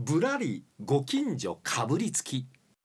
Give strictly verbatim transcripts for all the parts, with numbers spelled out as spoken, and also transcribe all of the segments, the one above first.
ぶらりご近所かぶりつき。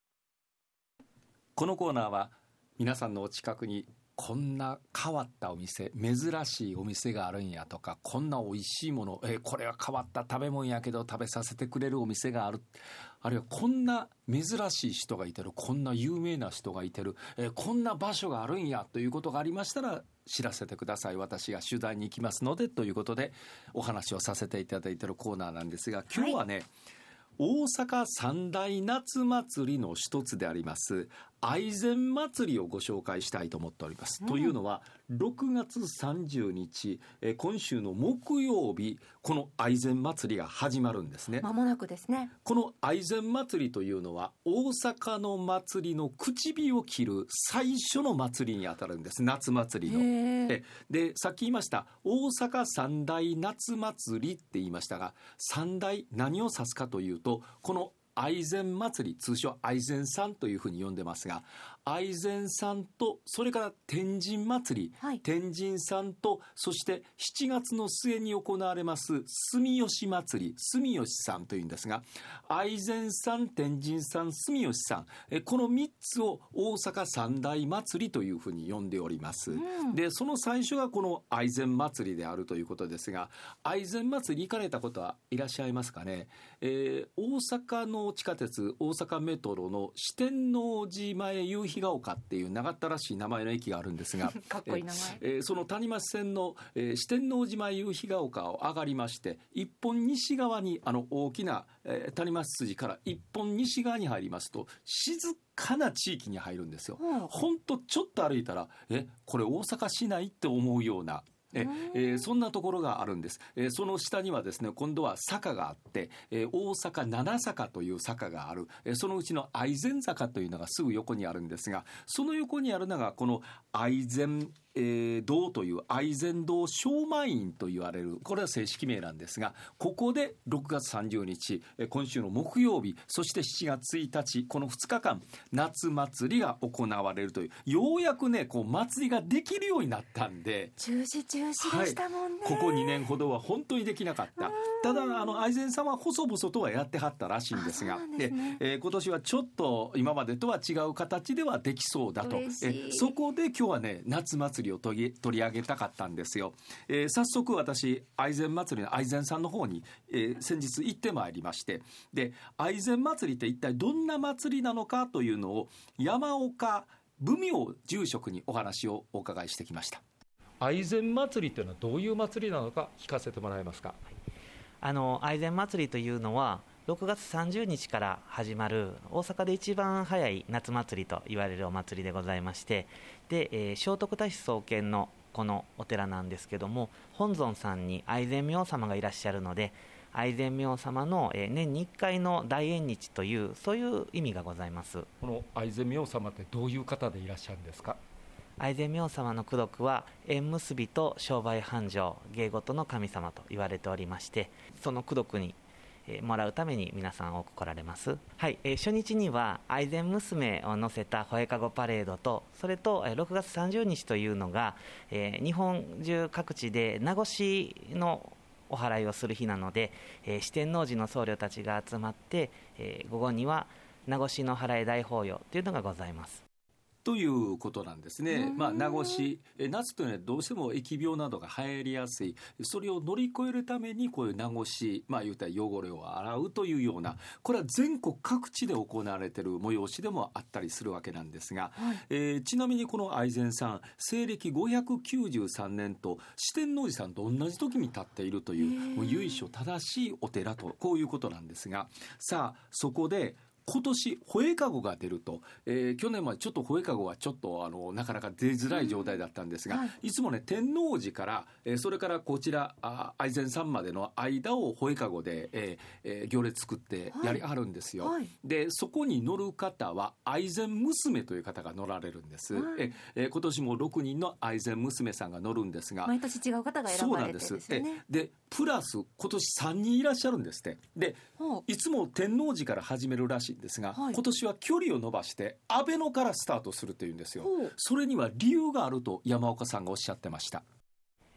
このコーナーは皆さんのお近くにこんな変わったお店、珍しいお店があるんやとか、こんな美味しいもの、えー、これは変わった食べ物やけど食べさせてくれるお店がある、あるいはこんな珍しい人がいてる、こんな有名な人がいてる、えー、こんな場所があるんやということがありましたら知らせてください。私が取材に行きますのでということでお話をさせていただいているコーナーなんですが、今日はね、はい、大阪三大夏祭りの一つであります愛染祭りをご紹介したいと思っております、うん、というのはろくがつさんじゅうにち、え今週の木曜日、この愛染祭りが始まるんですね。 間もなくですね。 この愛染祭りというのは大阪の祭りの口火を切る最初の祭りにあたるんです。夏祭りのえで、さっき言いました大阪三大夏祭りって言いましたが、三大何を指すかというと、この愛染祭り、通称愛染さんというふうに呼んでますが、愛染さんとそれから天神祭り、はい、天神さんと、そしてしちがつの末に行われます住吉祭り、住吉さんというんですが、愛染さん、天神さん、住吉さん、えこのみっつを大阪三大祭りというふうに呼んでおります、うん、でその最初がこの愛染祭りであるということですが、愛染祭り行かれたことはいらっしゃいますかね。えー、大阪の地下鉄、大阪メトロの四天王寺前夕日が丘っていう長ったらしい名前の駅があるんですがかっこいい名前、 えー、その谷町線の、えー、四天王寺前夕日が丘を上がりまして、一本西側にあの大きな、えー、谷町筋から一本西側に入りますと静かな地域に入るんですよ。ほんとちょっと歩いたらえこれ大阪市内って思うようなええー、そんなところがあるんです、えー、その下にはですね、今度は坂があって、えー、大阪七坂という坂がある、えー、そのうちの愛染坂というのがすぐ横にあるんですが、その横にあるのがこの愛染えー、堂という愛染堂正満院と言われる、これは正式名なんですが、ここでろくがつさんじゅうにち、えー、今週の木曜日、そしてしちがつついたち、このふつかかん夏祭りが行われるという、ようやくねこう祭りができるようになったんで、 中止中止でしたもんね、 はい、ここにねんほどは本当にできなかった。ただあの愛染さんは細々とはやってはったらしいんですが、で、ねえー、今年はちょっと今までとは違う形ではできそうだと、えー、そこで今日はね夏祭りを取り、取り上げたかったんですよ、えー、早速私愛染祭りの愛染さんの方に、えー、先日行ってまいりまして、で愛染祭りって一体どんな祭りなのかというのを山岡文明住職にお話をお伺いしてきました。愛染祭りというのはどういう祭りなのか聞かせてもらえますか。 あの愛染祭りというのはろくがつさんじゅうにちから始まる大阪で一番早い夏祭りと言われるお祭りでございまして、で、えー、聖徳太子創建のこのお寺なんですけども、本尊さんに愛染明様がいらっしゃるので、愛染明様の、えー、年にいっかいの大縁日という、そういう意味がございます。 この愛染明様ってどういう方でいらっしゃるんですか。 愛染明様の功徳は縁結びと商売繁盛、芸事の神様と言われておりまして、その功徳にえー、もらうために皆さん多く来られます。はい、えー、初日には愛染娘を乗せたほえかごパレードと、それと、えー、ろくがつさんじゅうにちというのが、えー、日本中各地で名越のお祓いをする日なので、えー、四天王寺の僧侶たちが集まって、えー、午後には名越の祓い大法要というのがございます。 ということなんですね。まあ、名越え夏というのはどうしても疫病などが流行りやすい、それを乗り越えるためにこういう名越、まあ言うたら汚れを洗うというような、これは全国各地で行われている催しでもあったりするわけなんですが、はい、えー、ちなみにこの愛染さん西暦ごひゃくきゅうじゅうさんねんと四天王寺さんと同じ時に立っているという、もう由緒正しいお寺とこういうことなんですが、さあそこで今年ほえかごが出ると、えー、去年までちょっとほえかごはちょっとあのなかなか出づらい状態だったんですが、うん、はい、いつもね天王寺から、えー、それからこちらあ愛染さんまでの間をほえかごで、えーえー、行列作ってやりはるんですよ、はいはい、でそこに乗る方は愛染娘という方が乗られるんです、はい、ええー、今年もろくにんの愛染娘さんが乗るんですが、 毎年違う方が選ばれてるんですよね。そうなんです。 で、でプラス今年さんにんいらっしゃるんですって。でいつも天王寺から始めるらしいんですが、はい、今年は距離を伸ばして阿倍野からスタートするというんですよ。それには理由があると山岡さんがおっしゃってました。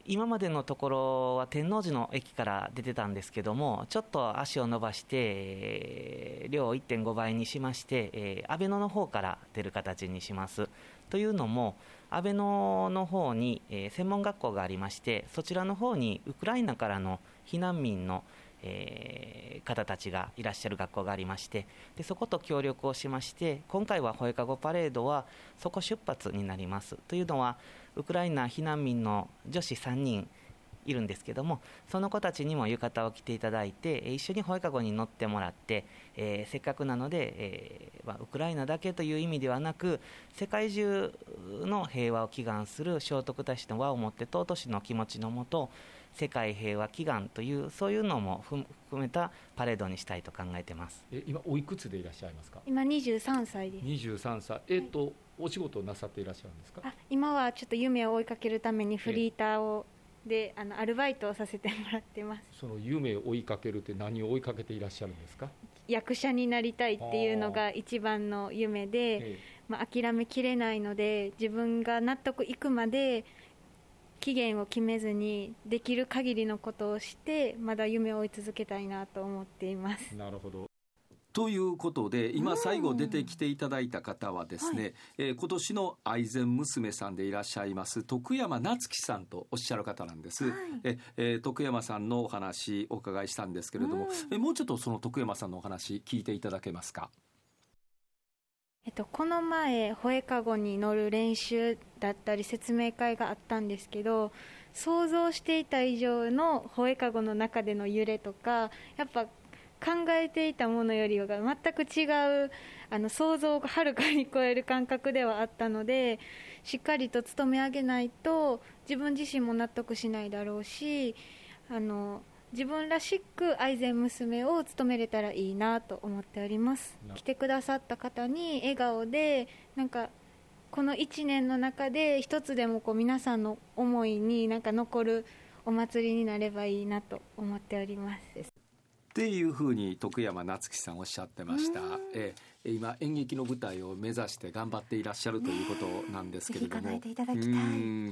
今までのところは天王寺の駅から出てたんですけども、ちょっと足を伸ばして、えー、量を いってんご 倍にしまして、えー、阿倍野の方から出る形にします。というのも、阿倍野の方に、えー、専門学校がありまして、そちらの方にウクライナからの避難民の、えー、方たちがいらっしゃる学校がありまして、でそこと協力をしまして、今回は放課後パレードはそこ出発になります。というのは、ウクライナ避難民の女子さんにんいるんですけども、その子たちにも浴衣を着ていただいて、一緒に放課後に乗ってもらって、えー、せっかくなので、えーまあ、ウクライナだけという意味ではなく、世界中の平和を祈願する聖徳太子の和をもって尊しの気持ちのもと、世界平和祈願という、そういうのも含めたパレードにしたいと考えてます。 え今おいくつでいらっしゃいますか？ 今にじゅうさんさいです。 にじゅうさんさい、えっ、ー、と、はい、お仕事をなさっていらっしゃるんですか？ あ、今はちょっと夢を追いかけるためにフリーターをであのアルバイトをさせてもらってます。 その夢を追いかけるって何を追いかけていらっしゃるんですか？ 役者になりたいっていうのが一番の夢で、ええ、まあ、諦めきれないので、自分が納得いくまで期限を決めずにできる限りのことをして、まだ夢を追い続けたいなと思っています。 なるほど。ということで、今最後出てきていただいた方はですね、はい、えー、今年の愛染娘さんでいらっしゃいます徳山夏樹さんとおっしゃる方なんです、はい、ええー、徳山さんのお話お伺いしたんですけれども、えもうちょっとその徳山さんのお話聞いていただけますか？ えっと、この前ホエカゴに乗る練習だったり説明会があったんですけど、想像していた以上のホエカゴの中での揺れとか、やっぱ考えていたものよりは全く違う、あの想像をはるかに超える感覚ではあったので、しっかりと務め上げないと自分自身も納得しないだろうし、あの自分らしく愛染娘を務めれたらいいなと思っております。来てくださった方に笑顔で、なんかこのいちねんの中で一つでもこう皆さんの思いになんか残るお祭りになればいいなと思っております。 っていうふうに徳山夏樹さんおっしゃってました。えー、今演劇の舞台を目指して頑張っていらっしゃるということなんですけれども、 ね、ぜひ叶えていただきたい。うん、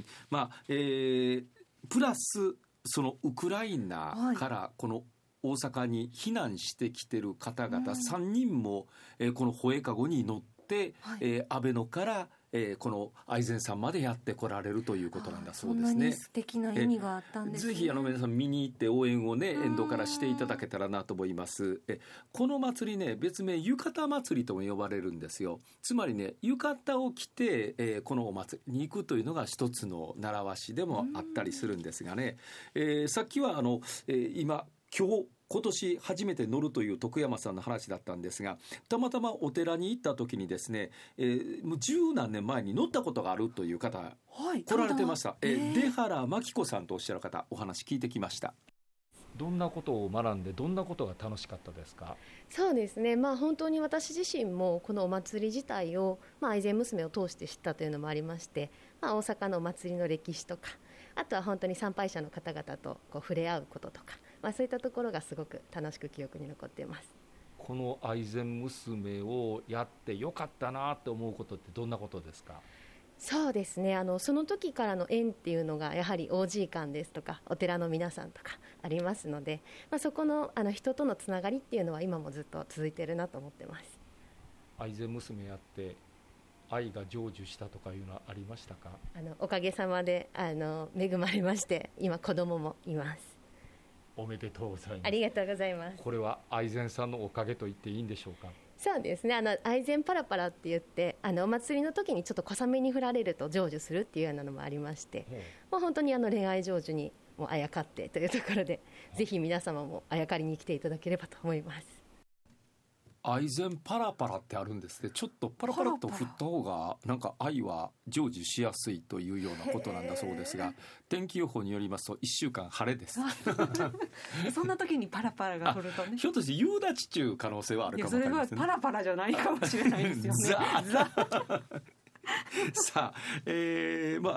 まあえー、プラスそのウクライナからこの大阪に避難してきてる方々さんにんも、えー、このホエカゴに乗って、はい、えー、阿倍野からえー、この愛染さんまでやってこられるということなんだそうですね。 そんなに素敵な意味があったんですね。 ぜひあの皆さん見に行って応援をね、沿道からしていただけたらなと思います。えこの祭りね、別名浴衣祭りとも呼ばれるんですよ。つまりね、浴衣を着て、えー、このお祭りに行くというのが一つの習わしでもあったりするんですがね、えー、さっきはあの、えー、今今日今年初めて乗るという徳山さんの話だったんですが、たまたまお寺に行った時にですね、えー、もう十何年前に乗ったことがあるという方、はい、来られてました。えー、出原真紀子さんとおっしゃる方、お話聞いてきました。どんなことを学んで、どんなことが楽しかったですか？ そうですね、まあ、本当に私自身もこのお祭り自体を、まあ、愛染娘を通して知ったというのもありまして、まあ、大阪のお祭りの歴史とか、あとは本当に参拝者の方々とこう触れ合うこととか、まあ、そういったところがすごく楽しく記憶に残っています。 この愛染娘をやってよかったなと思うことってどんなことですか？ そうですね、あのその時からの縁っていうのがやはり オージー 館ですとかお寺の皆さんとかありますので、まあ、そこ の, あの人とのつながりっていうのは今もずっと続いているなと思ってます。 愛染娘やって愛が成就したとかいうのはありましたか？ あのおかげさまであの恵まれまして、今子供もいます。 おめでとうございます。 ありがとうございます。 これは愛染さんのおかげと言っていいんでしょうか？ そうですね、あの愛染パラパラって言って、あのお祭りの時にちょっと小雨に降られると成就するっていうようなのもありまして、まあ、本当にあの恋愛成就にもあやかってというところで、ぜひ皆様もあやかりに来ていただければと思います。 愛染パラパラってあるんですね。ちょっとパラパラっと振った方がなんか愛は成就しやすいというようなことなんだそうですが、天気予報によりますといっしゅうかん晴れですそんな時にパラパラが降るとね、 ひょっとして夕立ちゅう可能性はあるかもしれないですね。 それはパラパラじゃないかもしれないですよねザさあ、えー、まあ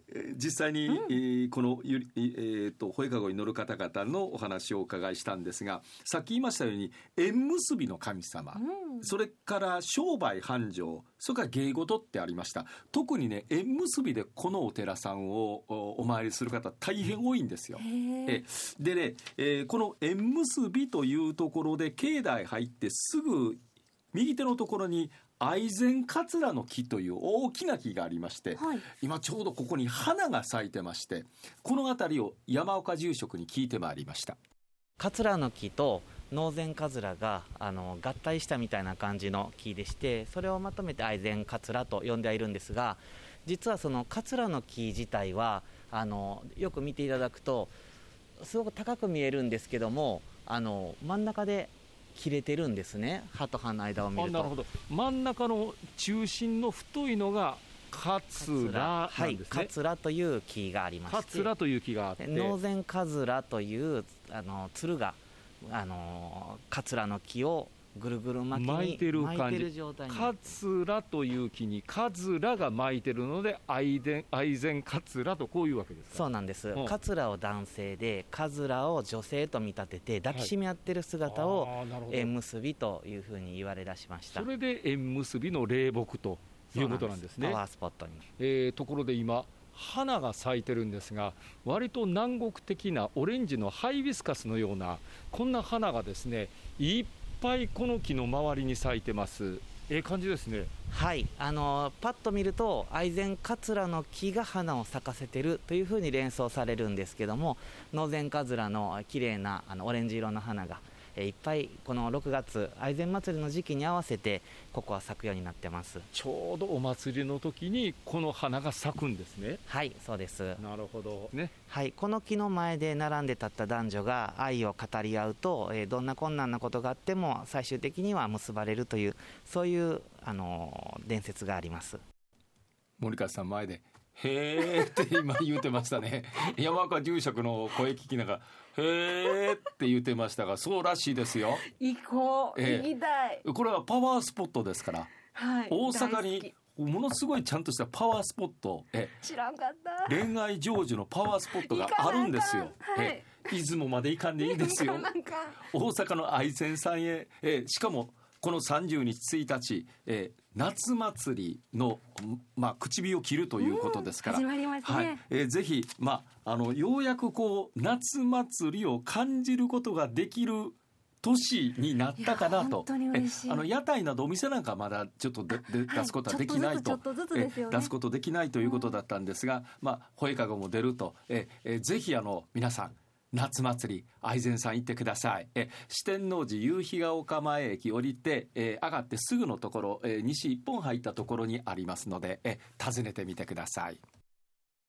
実際に、うん、えー、このゆり、えー、とホエカゴに乗る方々のお話をお伺いしたんですが、さっき言いましたように縁結びの神様、うん、それから商売繁盛、それから芸事ってありました。特にね、縁結びでこのお寺さんを お, お参りする方大変多いんですよ。えでね、えー、この縁結びというところで境内入ってすぐ右手のところに愛染かつらの木という大きな木がありまして、はい、今ちょうどここに花が咲いてまして、この辺りを山岡住職に聞いてまいりました。 かつらの木と能前かずらがあの合体したみたいな感じの木でして、それをまとめて愛染かつらと呼んではいるんですが、実はそのかつらの木自体はあのよく見ていただくとすごく高く見えるんですけども、あの真ん中で切れてるんですね。葉と葉の間を見ると。 あ、なるほど。真ん中の中心の太いのがかつらなんですね。 はい、かつらという木がありまして、 かつらという木があって、 能前かずらというあのつるがあのかつらの木をぐるぐる巻きに巻いてる感じ。 巻いてる状態にかつらという木にかずらが巻いてるので愛染愛染かつらとこういうわけですか。 そうなんです。 うん、 かつらを男性でかずらを女性と見立てて抱きしめ合ってる姿を、はい、縁結びというふうに言われ出しました。 それで縁結びの霊木ということなんですね。 パワースポットに、 えー、ところで今花が咲いてるんですが、割と南国的なオレンジのハイビスカスのようなこんな花がですね、いっぱいこの木の周りに咲いてます。ええ感じですね。 はい、あのパッと見ると愛染かつらの木が花を咲かせてるというふうに連想されるんですけども、能前かずらの綺麗なあのオレンジ色の花がえいっぱいこのろくがつ愛染祭りの時期に合わせてここは咲くようになってます。 ちょうどお祭りの時にこの花が咲くんですね。 はい、そうです。 なるほどね。 はい、この木の前で並んで立った男女が愛を語り合うと、えー、どんな困難なことがあっても最終的には結ばれるという、そういうあの伝説があります。 森川さん前でへーって今言ってましたね。山岡住職の声聞きながらへーって言ってましたが、そうらしいですよ。 行こう、えー、行きたい。 これはパワースポットですから、はい、大阪にものすごいちゃんとしたパワースポット、え知らんかった。 恋愛成就のパワースポットがあるんですよ。はい、え出雲まで行かんでいいですよ。大阪の愛染さんへ、えしかもこのさんじゅうにちついたち、えー、夏祭りの、まあ、口火を切るということですから、 うん、始まりますね。 はい、えー、ぜひ、まあ、あのようやくこう夏祭りを感じることができる年になったかなと。 本当に嬉しい。 えあの屋台などお店なんかまだちょっとでで出すことはできないと、 ちょっとずつですよね。 出すことできないということだったんですが、うん、まあホエカゴも出ると、ええぜひあの皆さん夏祭り愛染さん行ってください。え四天王寺夕日が丘前駅降りて、え上がってすぐのところ、え西一本入ったところにありますので、え訪ねてみてください。